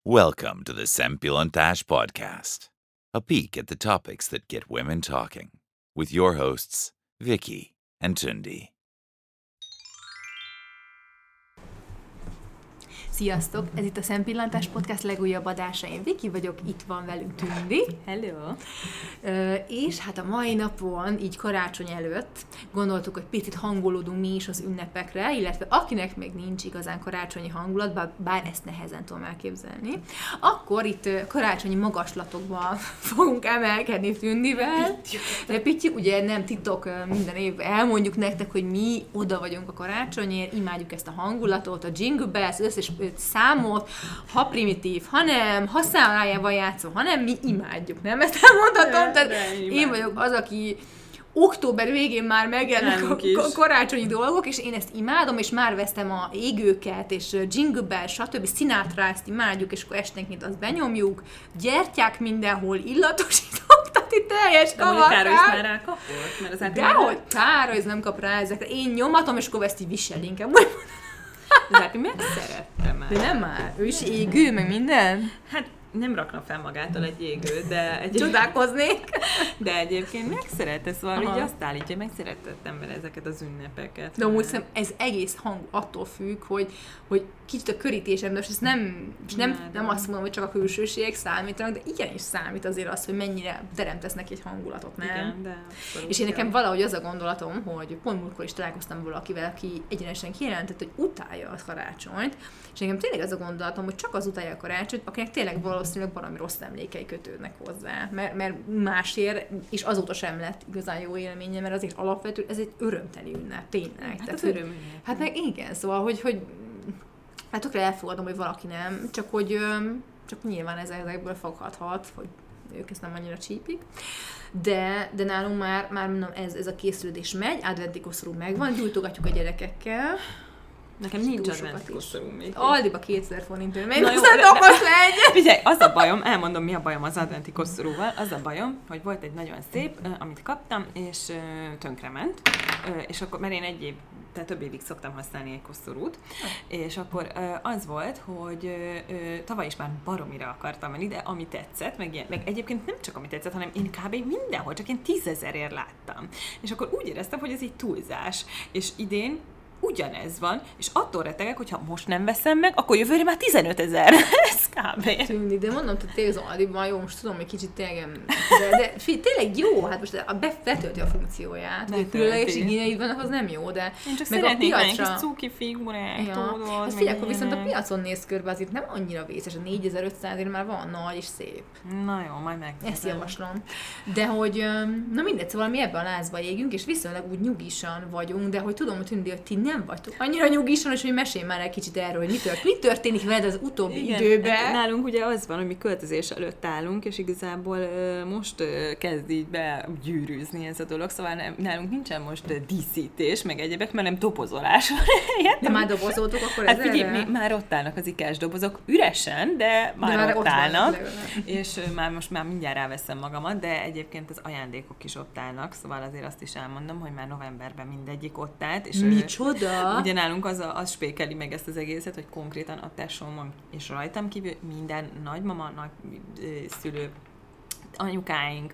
Welcome to the Szempillantás Podcast, a peek at the topics that get women talking, with your hosts, Vicky and Tündi. Sziasztok! Ez itt a Szempillantás Podcast legújabb adása. Én Viki vagyok, itt van velünk Tündi. Hello! És hát a mai napon, így karácsony előtt gondoltuk, hogy picit hangolódunk mi is az ünnepekre, illetve akinek még nincs igazán karácsonyi hangulat, bár ezt nehezen tudom elképzelni, akkor itt karácsonyi magaslatokban fogunk emelkedni Tündivel. De Pitty, ugye nem titok, minden évben elmondjuk nektek, hogy mi oda vagyunk a karácsonyért, imádjuk ezt a hangulatot, a Jingle Bells, összes számot, ha primitív, hanem, ha számlájával játszom, hanem mi imádjuk, nem? Ezt elmondhatom, tehát én vagyok az, aki október végén már megjelennek a karácsonyi dolgok, és én ezt imádom, és már vesztem a égőket, és Jingle Bell, stb. Sinatra, ezt imádjuk, és akkor esténként azt benyomjuk, gyertyák mindenhol, illatosítók, tehát itt teljes kavarkák. De Károly is már rákapott? Mert az dehogy, Károly nem kap rá ezekre. Én nyomatom, és akkor ezt így visel inkább. De hát megszerettem már. De nem már, ő is égő, meg minden. Hát nem rakna fel magától egy égő, de csodálkoznék. De egyébként megszerette, szóval így azt állítja, megszerettettem vele ezeket az ünnepeket. De amúgy szerintem ez egész hang attól függ, hogy kicsit a körítésem, de most nem azt mondom, hogy csak a külsőségek számítanak, de igenis számít azért az, hogy mennyire teremtesz neki egy hangulatot, nem? Igen, de és én nekem valahogy az a gondolatom, hogy pont múltkor is találkoztam valakivel, aki egyenesen kijelentett, hogy utálja a karácsonyt, és nekem tényleg az a gondolatom, hogy csak az utálja a karácsonyt, akinek tényleg valószínűleg valami rossz emlékei kötődnek hozzá, mert másért, és azóta sem lett igazán jó élménye, mert azért alapvetően ez egy örömteli ünnep, tényleg. Hát az örömünnep. Hát meg igen, szóval, hogy hát tökre elfogadom, hogy valaki nem, csak nyilván ezekből fakadhat, hogy ők ezt nem annyira csípik. De nálunk már mondom, ez a készülődés megy, adventi koszorú megvan, gyújtogatjuk a gyerekekkel. Nekem nincs adventi koszorú még. Aldiba 2000 forintért megy, aztán okos legyen! Figyelj, az a bajom, elmondom mi a bajom az adventi koszorúval, az a bajom, hogy volt egy nagyon szép, amit kaptam, és tönkrement, és akkor, mert én több évig szoktam használni egy koszorút, és akkor az volt, hogy tavaly is már baromira akartam menni, de ami tetszett, meg egyébként nem csak ami tetszett, hanem én kb. Mindenhol, csak én 10 000-ért láttam. És akkor úgy éreztem, hogy ez egy túlzás, és idén ugyanez van, és attól rettegek, hogyha most nem veszem meg, akkor jövőre már 15 000. Ez kb. Tűnik, de mondom, hogy tényleg az Aldiban jó, most tudom, hogy kicsit tényleg, de tényleg jó, hát most betölti a funkcióját, hogy különleges igényeid vannak, az nem jó, de én csak szeretnék egy kis cuki figurák, tudod. Hát figyelj, akkor viszont a piacon néz körbe, azért nem annyira vészes, a 4500-ért már van nagy és szép. Na jó, majd megnézem. Ezt javaslom. De hogy, na mindegy, szóval mi ebben a lázba égünk, és viszonylag úgy nyugisan vagyunk, de hogy tudom, hogy Tündi, hogy ti nem vagytok annyira nyugisan, és hogy mesélj már egy kicsit erről, hogy mi történik veled az utóbbi időben. Nálunk ugye az van, hogy mi költözés előtt állunk, és igazából most kezd így begyűrűzni ez a dolog, szóval nálunk nincsen most díszítés, meg egyebek, mert nem dobozolás van. De már dobozoltuk akkor hát figyelj, már ott állnak az IKEA-s dobozok, üresen, de már ott állnak, és most már mindjárt ráveszem magamat, de egyébként az ajándékok is ott állnak, szóval azért azt is elmondom, hogy már novemberben mindegyik ott állt. És micsoda? Ugye nálunk az spékeli meg ezt az egészet, hogy konkrétan a tesómon és rajtam kívül minden nagymama, nagyszülő, anyukáink,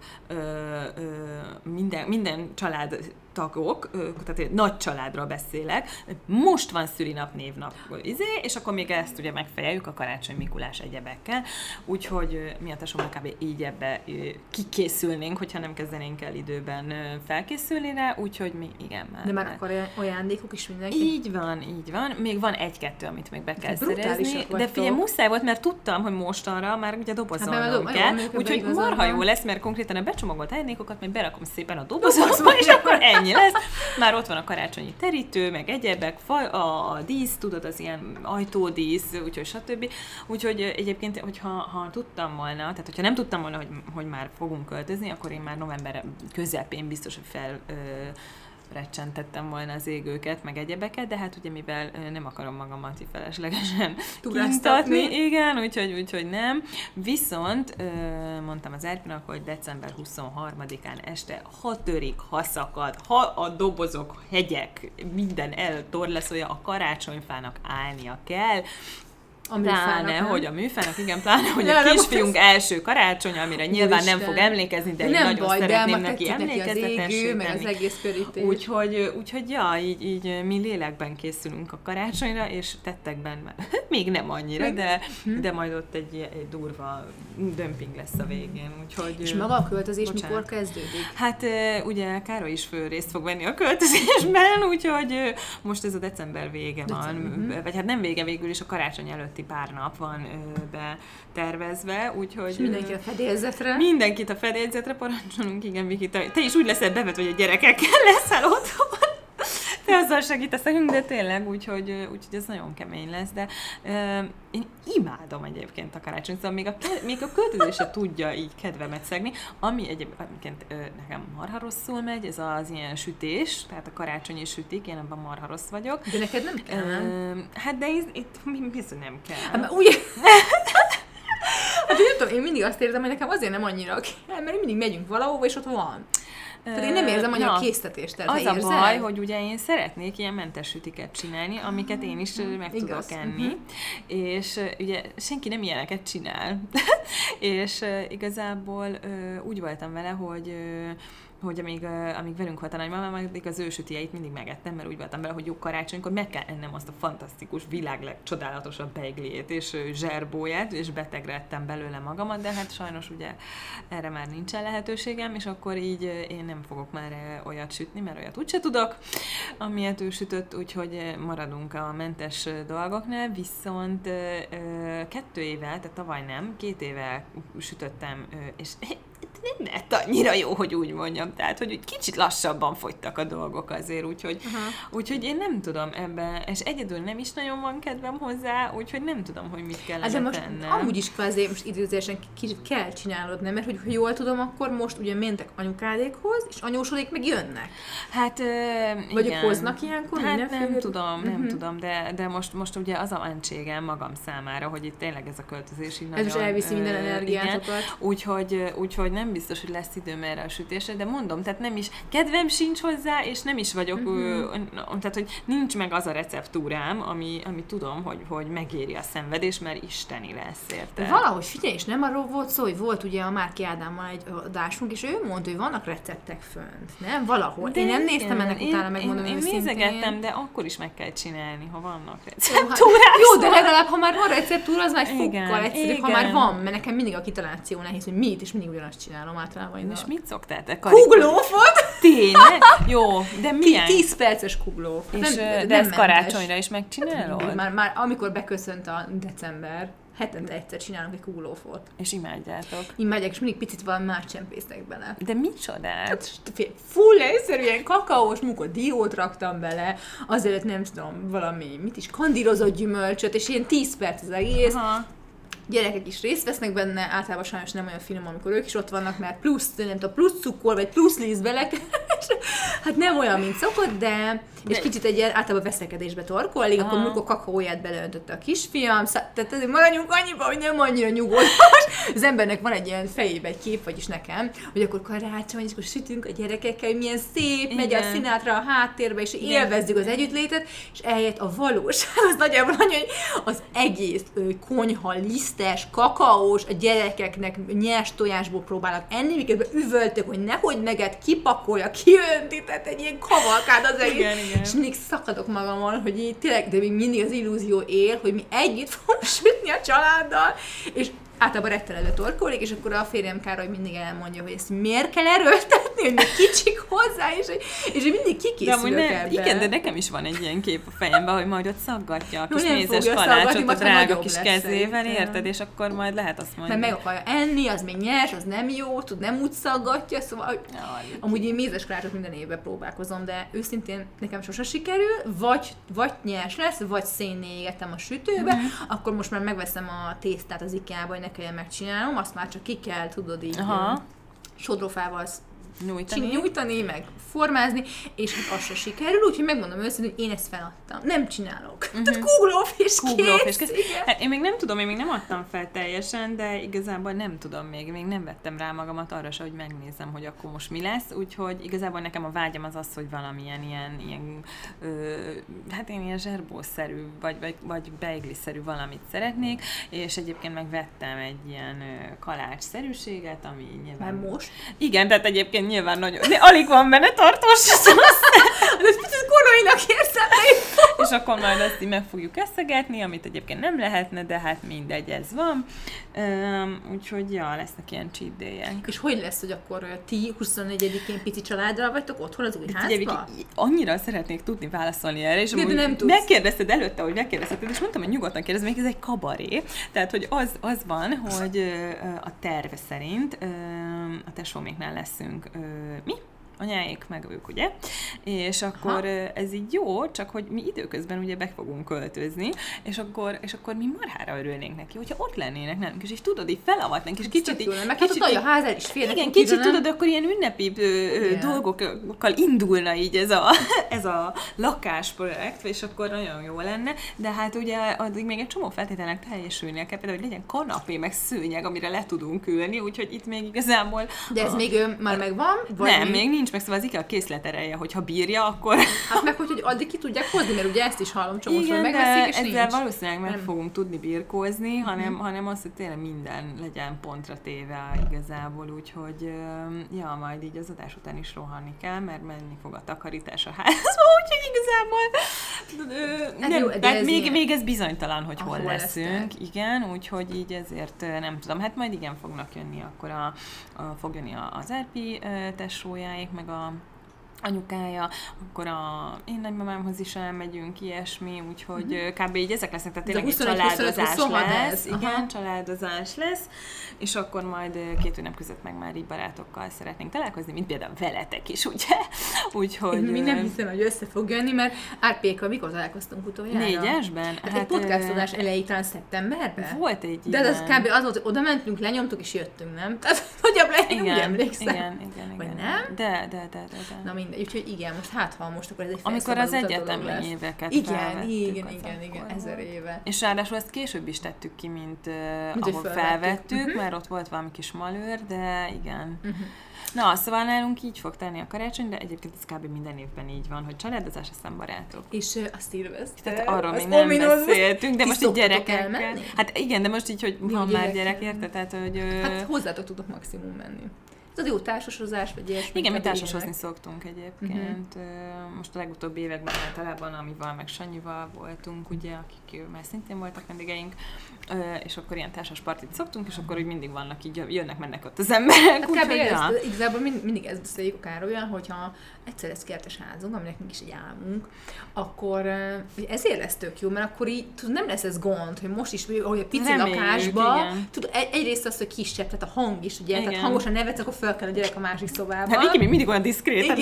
minden családtagok, tehát nagy családról beszélek, most van szülinap, névnap, és akkor még ezt ugye megfejeljük a Karácsony Mikulás egyebekkel, úgyhogy mi a tesómmal kb. Így ebbe kikészülnénk, hogyha nem kezdenénk el időben felkészülni rá, úgyhogy mi igen már. De már akkor ajándékok is mindenki? Így van. Még van egy-kettő, amit még be kell szerezni, de figyelj, muszáj volt, mert tudtam, hogy mostanra már ugye dobozolnom kell, úgyhogy marha jó lesz, mert konkrétan a becsomagolt ajándékokat majd berakom szépen a dobozokba, és akkor ennyi lesz. Már ott van a karácsonyi terítő, meg egyebek, a dísz, tudod, az ilyen ajtódísz, úgyhogy stb. Úgyhogy egyébként, hogyha tudtam volna, tehát hogyha nem tudtam volna, hogy már fogunk költözni, akkor én már november közepén biztos, hogy recsentettem volna az égőket, meg egyebeket, de hát ugye mivel nem akarom magamat feleslegesen kintatni, igen, úgyhogy nem. Viszont mondtam az Árpinak, hogy december 23-án este, ha törik, ha szakad, ha a dobozok, hegyek, minden eltorlaszolja, a karácsonyfának állnia kell, A műfának, pláne, hogy a műfának, igen, pláne, hogy a kisfiunk első karácsony, amire nyilván nem fog emlékezni, de én nagyon szeretném neki emlékeztetni. Meg az egész körítés. Úgyhogy ja, így mi lélekben készülünk a karácsonyra, és tettekben még nem annyira, de majd ott egy durva dömping lesz a végén. Úgyhogy, és maga a költözés mikor kezdődik? Hát ugye Károly is részt fog venni a költözésben, úgyhogy most ez a december vége van, vagy hát nem vége, végül is a karácsony előtti pár nap van betervezve, úgyhogy... És mindenki a fedélzetre? Mindenkit a fedélzetre parancsolunk, igen, Viki, te is úgy leszel bevetve, hogy a gyerekekkel leszel otthon. Te azzal segítesz nekünk, de tényleg, úgyhogy ez nagyon kemény lesz, de én imádom egyébként a karácsony, szóval még a költözése tudja így kedvemet szegni, ami egyébként nekem marha rosszul megy, ez az ilyen sütés, tehát a karácsonyi sütik, én abban marha rossz vagyok. De neked nem kell. Hát de itt bizony nem kell. Hát, ugye... Hát nem tudom, én mindig azt érzem, hogy nekem azért nem annyira kell, mert mindig megyünk valahova, és ott van. Tehát én nem érzem, hogy a késztetést az a baj, hogy ugye én szeretnék ilyen mentes sütiket csinálni, amiket én is meg tudok enni, és ugye senki nem ilyeneket csinál. És igazából úgy voltam vele, hogy amíg velünk volt a nagymamám, addig az ő sütijeit mindig megettem, mert úgy voltam vele, hogy jó karácsonykor meg kell ennem azt a fantasztikus, világ legcsodálatosabb beigliét és zserbóját, és betegre ettem belőle magamat, de hát sajnos ugye erre már nincsen lehetőségem, és akkor így én nem fogok már olyat sütni, mert olyat úgyse tudok, amilyet ő sütött, úgyhogy maradunk a mentes dolgoknál, viszont 2 éve, tehát tavaly nem, 2 éve sütöttem, és nem lett annyira jó, hogy úgy mondjam. Tehát, hogy kicsit lassabban fogytak a dolgok azért, úgyhogy én nem tudom ebben, és egyedül nem is nagyon van kedvem hozzá, úgyhogy nem tudom, hogy mit kellene tennem. Amúgy is kvázi most időzésen kicsit kell csinálod, nem? Mert hogy jól tudom, akkor most ugye mentek anyukádékhoz, és anyósodék meg jönnek. Hát vagy igen. Ők hoznak ilyenkor? Hát nem tudom, de most ugye az a mentségem magam számára, hogy itt tényleg ez a költözés így nagyon... Ez is elviszi minden energiátokat. Úgyhogy nem biztos, hogy lesz időm erre a sütésre, de mondom, tehát nem is, kedvem sincs hozzá, és nem is vagyok, tehát, hogy nincs meg az a receptúrám, ami tudom, hogy megéri a szenvedés, mert isteni lesz, érted? Valahogy figyelj, és nem arról volt szó, hogy volt ugye a Márki Ádámmal egy adásunk, és ő mondta, hogy vannak receptek fönt, nem? Valahol. De én nem néztem ennek utána, megmondom Én őszintén. nézegettem, de akkor is meg kell csinálni, ha vannak receptúrák. Jó, de legalább, ha már van receptúra, az már egy fokkal egyszerűbb, ha már van, mert nekem mindig a kitaláció nehéz, hogy mit, és mindig ugyanazt csinálom általában. És mit szoktál te? Kuglófot? Tényleg? Jó, de milyen? 10 perces kuglóf. És de ezt karácsonyra is megcsinálod? Már amikor beköszönt a december, hetente egyszer csinálunk egy kuglófot. És imádjátok? Imádják, és mindig picit valami más csempésztek bele. De micsodát? Hát, full egyszerűen kakaós munkot, diót raktam bele, azelőtt nem tudom, valami, kandírozott gyümölcsöt, és ilyen 10 perc az egész. Aha. Gyerekek is részt vesznek benne, általában sajnos nem olyan finom, amikor ők is ott vannak, mert plusz cukor, vagy plusz líz bele, hát nem olyan, mint szokott, de és kicsit egy ilyen általában veszekedésbe torkolik, akkor múltkor kakaóját beleöntötte a kisfiam, tehát azért maradjunk annyiba, hogy nem annyira nyugodt. Az embernek van egy ilyen fejébe egy kép, vagyis nekem, hogy akkor karácsony, és akkor sütünk a gyerekekkel, milyen szép, megy a Sinatra a háttérbe, és élvezzük az együttlétet, és eljött a valóság, az nagyjából annyi, hogy az egész konyha lisztes, kakaós, a gyerekeknek nyers tojásból próbálnak enni, miközben üvöltök, hogy nehogy meget kipakolja, kiönti, tehát egy ilyen kavalkád az egész. Igen. És mindig szakadok magamon, hogy így tényleg, de még mindig az illúzió él, hogy mi együtt fogunk sütni a családdal, és általában rettenedve torkolik, és akkor a férjem Károly mindig elmondja, hogy ezt miért kell erőltetni, hogy még kicsik hozzá, és mindig kikészülök ebben. Igen, de nekem is van egy ilyen kép a fejemben, hogy majd ott szaggatja a kis mézes kalácsot a drága kis kezével, érted? És akkor majd lehet azt mondani. Mert meg akarja enni, az még nyers, az nem jó, nem úgy szaggatja, szóval amúgy én mézes kalácsot minden évben próbálkozom, de őszintén nekem sose sikerül, vagy nyers lesz, vagy szénné égetem a sütőbe, akkor most már megveszem a tésztát az IKEA-ba, hogy ne kelljen megcsinálnom, azt már csak ki kell, tudod így sodrófával nyújtani, meg formázni, és hát az se sikerül, úgyhogy megmondom őszintén, hogy én ezt feladtam. Nem csinálok. Tehát Google-off és kész. Hát én még nem tudom, én még nem adtam fel teljesen, de igazából nem tudom még nem vettem rá magamat arra se, hogy megnézem, hogy akkor most mi lesz, úgyhogy igazából nekem a vágyam az, hogy valamilyen ilyen hát én ilyen zserbószerű, vagy beigli-szerű valamit szeretnék, és egyébként megvettem egy ilyen kalácsszerűséget, ami nyilván... Már most? Igen, tehát egyébként nyilván nagyon... De alig van benne tartós szósz. Ez picit koronainak érzem. És akkor majd azt így meg fogjuk eszegetni, amit egyébként nem lehetne, de hát mindegy, ez van. Úgyhogy ja, lesznek ilyen cheat day-ek. És hogy lesz, hogy akkor ti 24-én pici családdal vagytok otthon az új házba? Annyira szeretnék tudni válaszolni erre, és de nem megkérdezted előtte, hogy megkérdezted, és mondtam, hogy nyugodtan kérdezz, még ez egy kabaré. Tehát, hogy az van, hogy a terve szerint a tesóméknál leszünk mi? Anyáik, meg ők, ugye? És akkor ez így jó, csak hogy mi időközben ugye be fogunk költözni, és akkor mi marhára örülnénk neki, hogyha ott lennének nálunk, és így tudod, így felavatnánk, és kicsit így... Meg hát a ház el is félnek. Igen, kicsit tudod, akkor ilyen ünnepi dolgokkal indulna így ez a lakásprojekt, és akkor nagyon jó lenne, de hát ugye addig még egy csomó feltételnek teljesülnie kell, például, hogy legyen kanapé, meg szőnyeg, amire le tudunk ülni, úgyhogy itt még igazából... De ez még már megvan? Nem, még nincs meg, szóval az IKEA készletereje, hogyha bírja, akkor... Hát meg, hogy addig ki tudják hozni, mert ugye ezt is hallom csomószor, hogy megveszik, és ezzel nincs. valószínűleg meg fogunk tudni birkózni, hanem az, hogy tényleg minden legyen pontra téve igazából, úgyhogy ja, majd így az adás után is rohanni kell, mert menni fog a takarítás a házba, úgyhogy igazából tehát még ez bizonytalan, hogy hol leszünk, igen, úgyhogy így ezért nem tudom, hát majd igen fognak jönni, akkor fog jönni az Erpi tesójáik, meg a anyukája, akkor én nagymamámhoz is elmegyünk, ilyesmi, úgyhogy kb. Így ezek lesznek, tehát tényleg egy családozás lesz. Igen, családozás lesz, és akkor majd 2 ünnep között meg már így barátokkal szeretnénk találkozni, mint például veletek is, ugye? Úgyhogy... Én nem hiszem, hogy össze fog jönni, mert Árpékkal mikor találkoztunk utoljára? 4-esben? Hát egy podcastodás elején talán szeptemberben? Volt egy de ez kb. Az volt, hogy oda mentünk, lenyomtuk és jöttünk, nem? Tehát nagyobb legyen, úgy emlékszem. Igen. Vagy nem? De. Na mindegy, úgyhogy igen, most akkor ez egy amikor az egyetemi éveket igen, 1000 éve. És ráadásul ezt később is tettük ki, mint ahol felvettük, mert ott volt valami kis malőr, de igen. Na, szóval nálunk így fog tenni a karácsony, de egyébként ez kb. Minden évben így van, hogy családozás, aztán barátok. És azt szilveszter. Tehát arról még nem beszéltünk, de most így gyerekekkel. Hát igen, de most így, hogy van már gyerek, érte? Tehát, hogy... Hát hozzátok tudok maximum menni. Ez az jó társasozás, vagy ilyesmi. Igen, mi társasozni szoktunk egyébként. Most a legutóbbi években általában Amival, meg Sanyival voltunk, ugye, akik már szintén voltak vendégeink, és akkor ilyen társas partit szoktunk, és akkor úgy mindig vannak, így jönnek-mennek ott az emberek. Hát igazából mindig ezt beszéljük a Károlyan, hogyha egyszer lesz kertes házunk, ami nekünk is egy álmunk, akkor ezért lesz tök jó, mert akkor így nem lesz ez gond, hogy most is, hogy a pici lakásban, egyrészt az, hogy kisebb, tehát a hang is, ugye, tehát hangosan nevetsz, akkor fel kell a gyerek a másik szobába. Hát még mindig olyan diszkrét.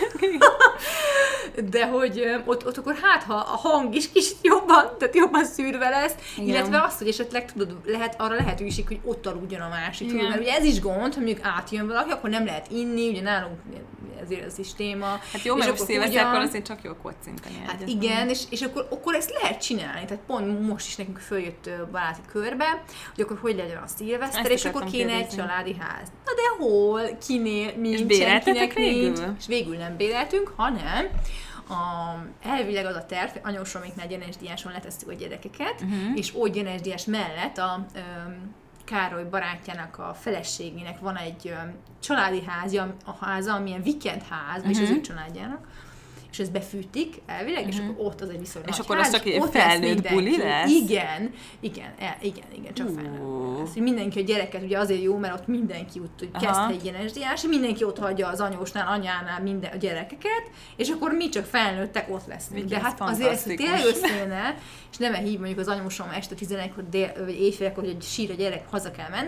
De hogy ott akkor ha a hang is kicsit jobban szűrve lesz, illetve azt, hogy esetleg tudod, arra lehetőség, hogy ott aludjon a másik. Tudod, mert ugye ez is gond, hogy mondjuk átjön valaki, akkor nem lehet inni, ugye nálunk ezért ez is téma. Hát jó, mert most szilveszterkor azért csak jó kocintani. Hát igen, és akkor ezt lehet csinálni. Tehát pont most is nekünk följött baráti körbe, hogy akkor hogy legyen a szilveszter, és akkor kéne egy családi ház. Na de hol? Kinél? Nincs, senkinek nincs. És végül nem béreltünk, hanem elvileg az a terv, anyósomiknál gyenesdiáson letesztük a gyerekeket, és ott gyenesdiás mellett a Károly barátjának, a feleségének van egy családi háza, amilyen weekendház, és az ő családjának, és ezt befűtik elvileg, és akkor ott az egy viszonylag és akkor az csak egy felnőtt buli lesz? Igen, csak felnőtt lesz. Mindenki a gyereket, ugye azért jó, mert ott mindenki úgy kezd egy gyenesdiás, mindenki ott hagyja az anyósnál, anyánál a gyerekeket, és akkor mi csak felnőttek ott leszünk. De hát azért ezt tényleg összejönne, és nem hív mondjuk az anyósom este 11-kor vagy éjfélkor, hogy sír a gyerek, haza kell mennem,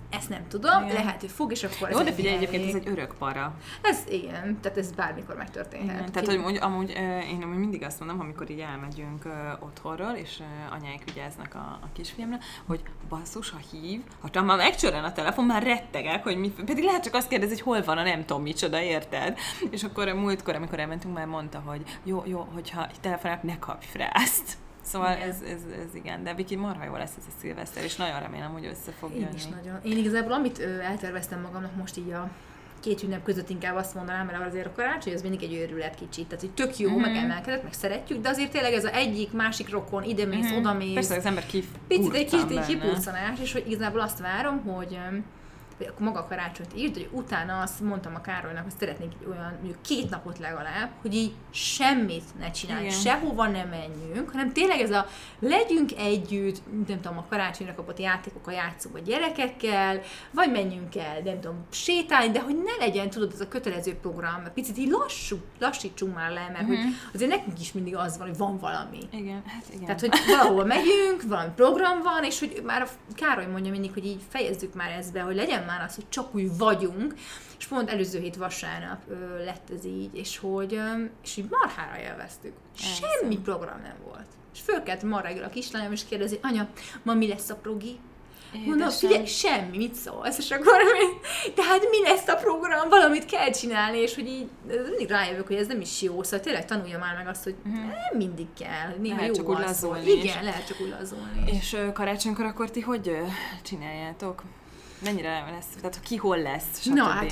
ezt nem tudom, igen. lehet, hogy fog, és akkor jó, de figyelj, egyébként ez egy örök para. Ez igen, tehát ez bármikor megtörténhet. Igen, tehát, hogy amúgy én mindig azt mondom, amikor így elmegyünk otthonról, és anyáik vigyáznak a kisfiamra, hogy basszus, ha hív, ha már megcsörren a telefon, már rettegek, hogy mi, pedig lehet csak azt kérdezi, hogy hol van a nem tudom micsoda, érted? És akkor múltkor, amikor elmentünk, már mondta, hogy jó, hogyha telefonálok, ne kapj frászt. Szóval ez igen, de Viki marha jó lesz ez a szilveszter, és nagyon remélem, hogy össze fog jönni. Én is nagyon. Én igazából, amit elterveztem magamnak most így a 2 ünnep között, inkább azt mondanám, mert azért a karácsony az mindig egy őrület kicsit. Tehát, hogy tök jó, meg emelkedett, meg szeretjük, de azért tényleg ez az egyik, másik rokon, idemész, odamész. Persze, az ember picit egy kicsit kipurcanás, és hogy igazából azt várom, hogy akkor maga a karácsonyt írd, hogy utána azt mondtam a Károlynak, hogy szeretnék olyan mondjuk 2 napot legalább, hogy így semmit ne csináljunk, sehova ne menjünk, hanem tényleg ez a legyünk együtt, nem tudom, a karácsonyra kapott játékokkal játszunk a gyerekekkel, vagy menjünk el, nem tudom, sétálni, de hogy ne legyen, tudod, ez a kötelező program, mert picit így lassítsunk már le, mert hogy azért nekünk is mindig az van, hogy van valami. Igen, hát igen. Tehát, hogy valahol megyünk, valami program van, és hogy már a Károly mondja mindig, hogy így fejezzük már ezt be, hogy legyen már az, hogy csak úgy vagyunk, és pont előző hét vasárnap lett ez így, és így marhára élveztük. Semmi program nem volt. És fölkelt ma reggel a kislányom, és kérdezi, anya, ma mi lesz a progi? Mondom, figyelj, semmi, mit szólsz? És akkor tehát mi lesz a program? Valamit kell csinálni, és hogy így mindig rájövök, hogy ez nem is jó, szóval tényleg tanulja már meg azt, hogy nem mindig kell, néha lehet jó csak úgy az, lazulni. Igen, lehet csak úgy lazulni. És karácsonykor akkor ti hogy csináljátok? Mennyire lesz? Tehát ki hol lesz? Na, hát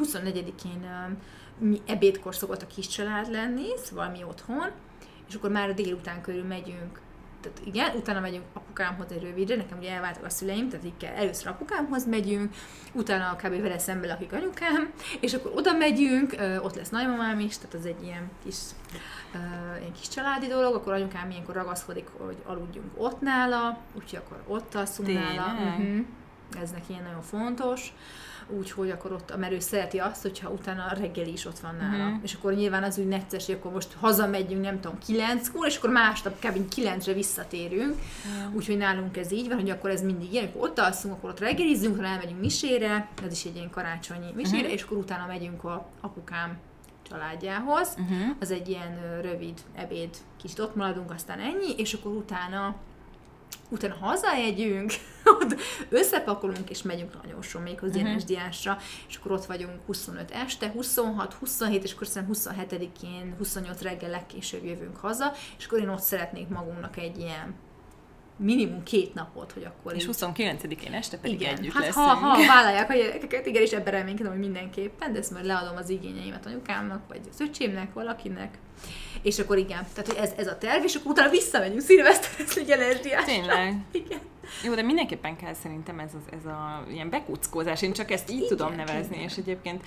24-én mi ebédkor szokott a kis család lenni, szóval mi otthon, és akkor már a délután körül megyünk. Tehát igen, utána megyünk apukámhoz egy rövidre, nekem ugye elváltak a szüleim, tehát így kell, először apukámhoz megyünk, utána kb. Vele szembe lakik anyukám, és akkor oda megyünk, ott lesz nagymamám is, tehát az egy ilyen kis családi dolog, akkor anyukám ilyenkor ragaszkodik, hogy aludjunk ott nála, úgyhogy akkor ott alszunk nála. Ez neki ilyen nagyon fontos, úgyhogy akkor ott, mert ő szereti azt, hogyha utána a reggeli is ott van nála. És akkor nyilván az úgy necces, hogy akkor most hazamegyünk, nem tudom, 9-kor, és akkor másnap kb. 9-re visszatérünk. Úgyhogy nálunk ez így van, hogy akkor ez mindig ilyen, akkor ott alszunk, akkor ott reggelizzünk, akkor elmegyünk misére, ez is egy ilyen karácsonyi misére, és akkor utána megyünk a apukám családjához. Az egy ilyen rövid ebéd, kicsit ott maradunk, aztán ennyi, és akkor utána hazajegyünk, összepakolunk, és megyünk Lanyóson még az ilyen SDA-sra, és akkor ott vagyunk 25 este, 26, 27, és akkor szerintem 27-én, 28 reggel legkésőbb jövünk haza, és akkor én ott szeretnék magunknak egy ilyen minimum 2 napot, hogy akkor és 29-én este pedig igen, együtt hát leszünk. ha vállalják a gyerekeket, igen, és ebben reménykedem, hogy mindenképpen, de ezt majd leadom az igényeimet anyukámnak, vagy az öcsémnek, valakinek. És akkor igen, tehát hogy ez a terv, és akkor utána visszamegyünk szilveszterezni egy LSD-ásra. Tényleg? Igen. Jó, de mindenképpen kell szerintem ez a ilyen bekuckózás, én csak ezt így tudom nevezni, igen. és egyébként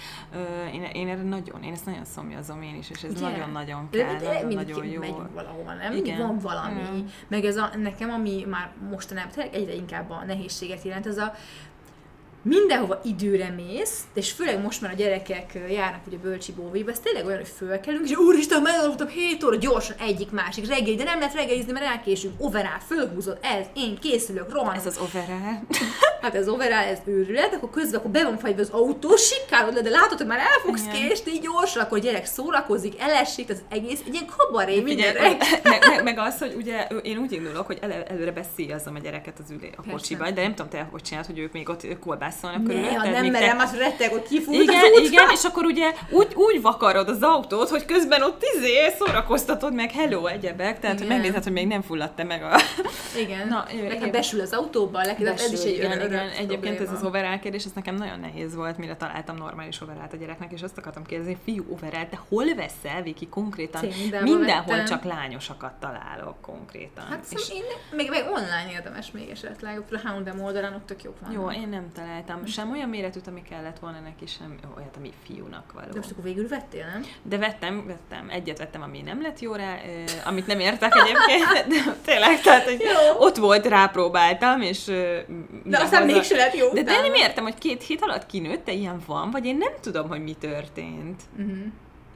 én ezt nagyon szomjazom én is, és ez ugye? nagyon-nagyon kell, nagyon jó. Megyünk valahova, nem? Mindig van valami. Meg ez nekem, ami már mostanában egyre inkább a nehézséget jelent, ez a mindenhova időre mész, és főleg most már a gyerekek járnak ugye bölcsi bóvébe, ez tényleg olyan, hogy fölkelünk, és úristen, megaludtam 7 óra, gyorsan egyik másik reggeli, de nem lehet reggelizni, mert elkésünk, overall, fölhúzod, én készülök, rohanok. Ez az overall. Hát ez overall, ez őrület, akkor közben akkor be van fagyva az autó, sikálod le, de látod, hogy már el fogsz késni, így gyorsan, akkor a gyerek szórakozik, elesik, az egész, egy ilyen kabaré mindenre. meg az, hogy ugye én úgy indulok, hogy előre beszéljazom a gyereket az a kocsiba, de nem tudom te, hogy csinálod, hogy ők még ott kolbászolnak körülötted. Nem merem, azt retteg, hogy kifut igen, az útra. Igen, és akkor ugye úgy vakarod az autót, hogy közben ott szórakoztatod meg, hello, egyebek, tehát hogy megnézed, hogy még nem fulladt meg a... Igen, nekem besül az autóba, ez is egy igen. Egyébként ez az overall kérdés, ez nekem nagyon nehéz volt, mire találtam normális overallt a gyereknek, és azt akartam kérdezni, fiú overall, de hol veszel, Viki, konkrétan? Mindenhol csak lányosakat találok konkrétan. Hát és én még online érdemes még esetleg, a H&M oldalán ott tök jók vannak. Jó, én nem találtam sem olyan méretűt, ami kellett volna neki, sem olyat, ami fiúnak való. De most akkor végül vettél, nem? De vettem. Egyet vettem, ami nem lett jó rá, amit nem értek egyébként, de tényleg, tehát hogy ott volt, rápróbáltam, és... De aztán mégse lett jó. De nem értem, hogy 2 hét alatt kinőtt, de ilyen van, vagy én nem tudom, hogy mi történt.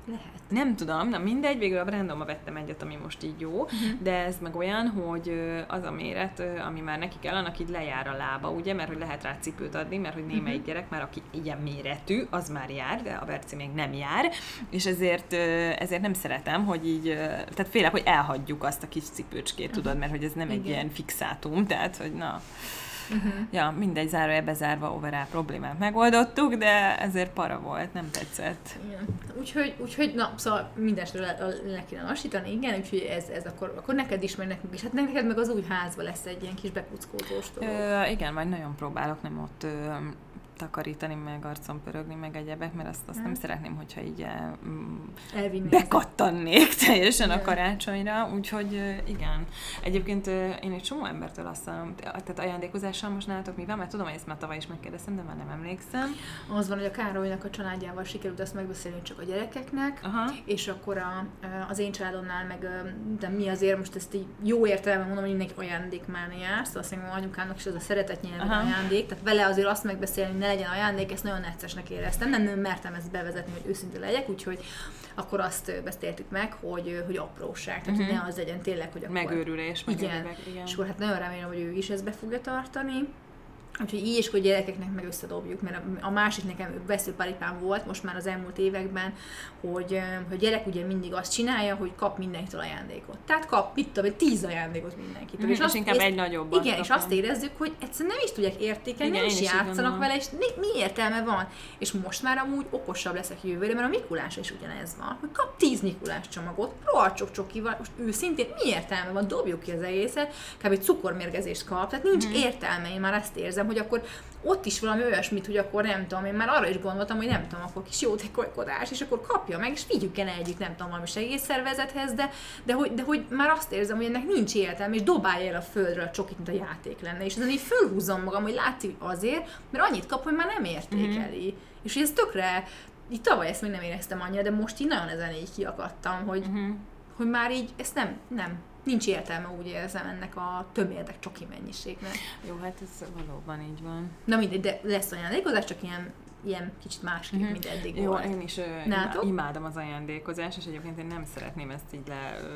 Lehet. Nem tudom, na mindegy, végül a Brandomba vettem egyet, ami most így jó, de ez meg olyan, hogy az a méret, ami már neki kell, annak így lejár a lába, ugye, mert hogy lehet rá cipőt adni, mert hogy némelyik gyerek már, aki ilyen méretű, az már jár, de a Berci még nem jár, és ezért nem szeretem, hogy így, tehát félek, hogy elhagyjuk azt a kis cipőcskét, tudod, mert hogy ez nem egy ilyen fixátum, tehát, hogy na... Ja, mindegy, zárójelbe zárva overall problémát megoldottuk, de ezért para volt, nem tetszett. Igen. Úgyhogy na, szóval mindesről le kéne lassítani, igen, úgyhogy ez akkor neked is, meg nekünk is. Hát neked meg az új házba lesz egy ilyen kis bekuckózós dolog. Igen, majd nagyon próbálok nem ott takarítani, meg arcon pörögni, meg egyebek, mert azt nem szeretném, hogyha így bekattannék teljesen a karácsonyra, úgyhogy igen. Egyébként én egy csomó embertől azt mondom, tehát ajándékozással most nálatok mi van, mert tudom, hogy ezt már tavaly is megkérdeztem, de már nem emlékszem. Az van, hogy a Károlynak a családjával sikerült azt megbeszélni csak a gyerekeknek, és akkor az én családomnál meg, de mi azért most ezt így jó értelemben mondom, hogy mindenki ajándékmániás, szóval azt mondom, hogy anyukámnak is az a szeretet nyelven ajándék, tehát vele azért azt megbeszélni, ne legyen ajándék, ezt nagyon neccesnek éreztem, nem mertem ezt bevezetni, hogy őszinte legyek, úgyhogy akkor azt beszéltük meg, hogy apróság, tehát ne az legyen tényleg, hogy akkor... Megőrülés, igen. És akkor hát nagyon remélem, hogy ő is ezt be fogja tartani. Úgyhogy így is, hogy gyerekeknek meg összedobjuk, mert a másik nekem veszőparipám volt most már az elmúlt években, hogy gyerek ugye mindig azt csinálja, hogy kap mindenkitől ajándékot. Tehát kap, mit tudom, 10 ajándékot mindenkitől. És inkább egy nagyobbat. Igen, és azt érezzük, hogy egyszerűen nem is tudják értékelni, nem is játszanak vele, és mi értelme van. És most már amúgy okosabb leszek jövőre, mert a Mikulásra is ugyanez van, hogy kap 10 Mikulás csomagot, rohadt sok csokival, most őszintén mi értelme van, dobjuk ki az egészet, kb. Egy cukormérgezést kap, tehát nincs értelme, én már azt érzem, hogy akkor ott is valami olyasmit, hogy akkor nem tudom, én már arra is gondoltam, hogy nem tudom, akkor kis jótékonykodás, és akkor kapja meg, és vigyük el együtt, nem tudom, valami segélyszervezethez, de hogy már azt érzem, hogy ennek nincs értelme, és dobálja el a földről a csokit, mint a játék lenne, és ezen így fölhúzom magam, hogy látszik azért, mert annyit kap, hogy már nem értékeli. És hogy ez tökre, így tavaly ezt még nem éreztem annyira, de most így nagyon ezen így kiakadtam, hogy már így ezt nem nincs értelme, úgy érzem, ennek a tömérdek csoki mennyiségnek. Jó, hát ez valóban így van. Na mindegy, de lesz ajándékozás, csak ilyen kicsit másképp, mint eddig jó, volt. Én is imádom az ajándékozást, és egyébként én nem szeretném ezt így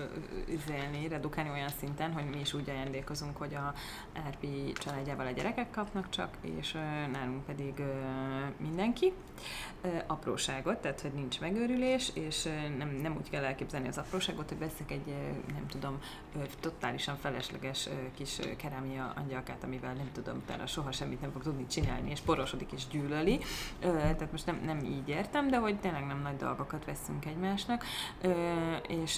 redukálni olyan szinten, hogy mi is úgy ajándékozunk, hogy a RP családjával a gyerekek kapnak csak, és nálunk pedig mindenki apróságot, tehát hogy nincs megőrülés, és nem úgy kell elképzelni az apróságot, hogy veszek egy, nem tudom, totálisan felesleges kis kerámia angyalkát, amivel nem tudom, utána soha semmit nem fog tudni csinálni, és porosodik és gyűlöli. Tehát most nem így értem, de hogy tényleg nem nagy dolgokat veszünk egymásnak, és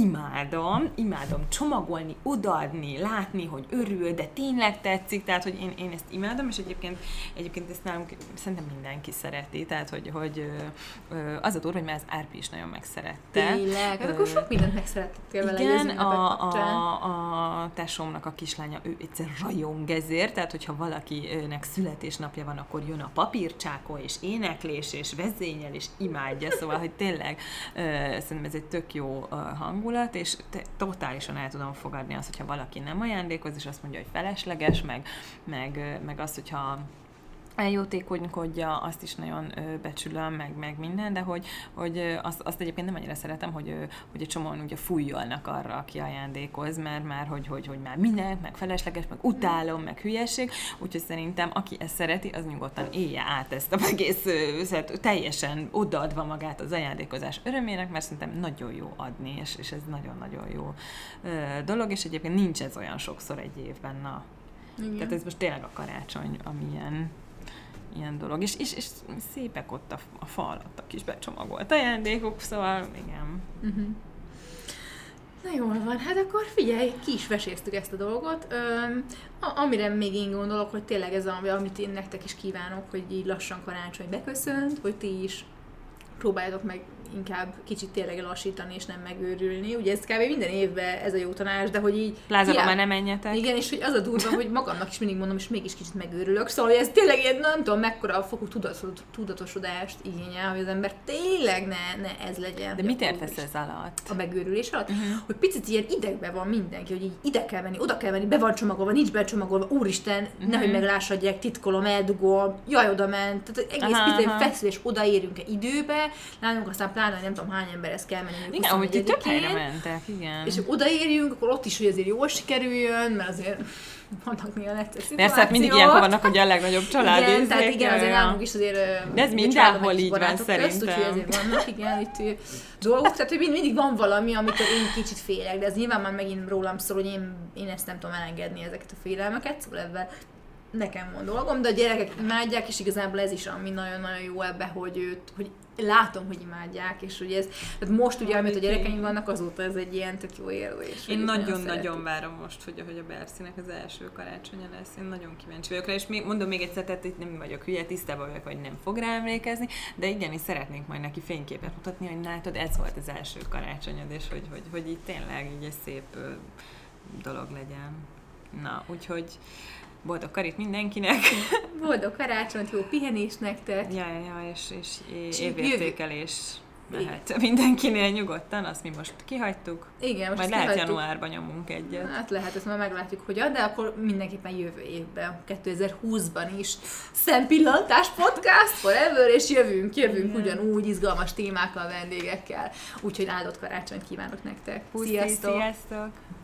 imádom csomagolni, odaadni, látni, hogy örül, de tényleg tetszik, tehát hogy én ezt imádom, és egyébként ezt nálunk szerintem mindenki szereti, tehát hogy az a durva, hogy már az Árpi is nagyon megszerette. Tényleg, akkor sok mindent megszerettél vele. Igen, a tesómnak a kislánya, ő egyszer rajong ezért, tehát hogyha valakinek születésnapja van, akkor jön a papírcsákó, és éneklés, és vezényel, és imádja, szóval, hogy tényleg szerintem ez egy tök jó hangulat, és totálisan el tudom fogadni azt, hogyha valaki nem ajándékoz, és azt mondja, hogy felesleges, meg azt, hogyha eljótékonykodja, azt is nagyon becsülöm, meg minden, de hogy azt egyébként nem annyira szeretem, hogy egy csomóan ugye fújjolnak arra, aki ajándékoz, mert már, hogy már mindent, meg felesleges, meg utálom, meg hülyeség, úgyhogy szerintem, aki ezt szereti, az nyugodtan élje át ezt a egész teljesen odaadva magát az ajándékozás örömének, mert szerintem nagyon jó adni, és ez nagyon-nagyon jó dolog, és egyébként nincs ez olyan sokszor egy évben, na. Igen. Tehát ez most tényleg a karácsony, ami ilyen dolog. És szépek ott a fal alatt a kis becsomagolt ajándékok, szóval igen. Na jól van, hát akkor figyelj, ki is veséztük ezt a dolgot. Amire még én gondolok, hogy tényleg ez amit én nektek is kívánok, hogy így lassan karácsony beköszönt, hogy ti is próbáljátok meg inkább kicsit tényleg lassítani és nem megőrülni. Ugye ez kb. Minden évben ez a jó tanács, de hogy így... Plázában már nem menjetek. Igen, és hogy az a durva, hogy magamnak is mindig mondom, és mégis kicsit megőrülök. Szóval ez tényleg ilyen, nem tudom, mekkora fokú tudatosodást igényel, hogy az ember tényleg ne ez legyen. De mit értesz ez alatt? A megőrülés alatt? Hogy picit ilyen idegben van mindenki, hogy így ide kell menni, oda kell menni, be van csomagolva, nincs becsomagolva, úristen, nehogy meglássa a gyerek, titkolom, eldugom, jaj, oda ment. Tehát egész picit feszül, és odaérünk-e időbe, helyre, nálunk aztán pláne nem tudom hány emberhez kell menni. Igen, hogy itt több helyre mentek, igen. És odaérjünk, akkor ott is, hogy azért jól sikerüljön, mert azért vannak néha necces szituációk. Persze, hát mindig ilyenkor vannak ugye a legnagyobb család. Igen, tehát igen, azért nálunk is azért... De ez mindenhol így van szerintem. Úgyhogy azért vannak, igen, itt dolgok, tehát hogy mindig van valami, amitől én kicsit félek, de ez nyilván már megint rólam szól, hogy én ezt nem tudom elengedni, ezeket a félelmeket, szóval ebben nekem van dolgom, de a gyerekek imádják, és igazából ez is ami nagyon-nagyon jó ebbe, hogy látom, hogy imádják, és hogy ez, tehát most ugye, amit a gyerekeim vannak, azóta ez egy ilyen tök jó érzés. Én nagyon-nagyon várom most, hogy a Bercinek az első karácsonya lesz. Én nagyon kíváncsi vagyok rá, és mondom még egyszer, tehát itt nem vagyok hülye, tisztában vagyok, hogy nem fog rá emlékezni, de igenis szeretnénk majd neki fényképet mutatni, hogy látod, ez volt az első karácsonyod, és hogy itt tényleg így egy szép dolog legyen. Na, úgyhogy boldog karit mindenkinek! Boldog karácsonyt, jó pihenés nektek! Ja, és évértékelés mehet mindenkinél nyugodtan, azt mi most kihagytuk. Igen, most majd lehet januárban nyomunk egyet. Hát lehet, ezt már meglátjuk, hogyan, de akkor mindenképpen jövő évben, 2020-ban is Szempillantás Podcast Forever, és jövünk ugyanúgy izgalmas témákkal, vendégekkel. Úgyhogy áldott karácsonyt kívánok nektek! Puszi, sziasztok!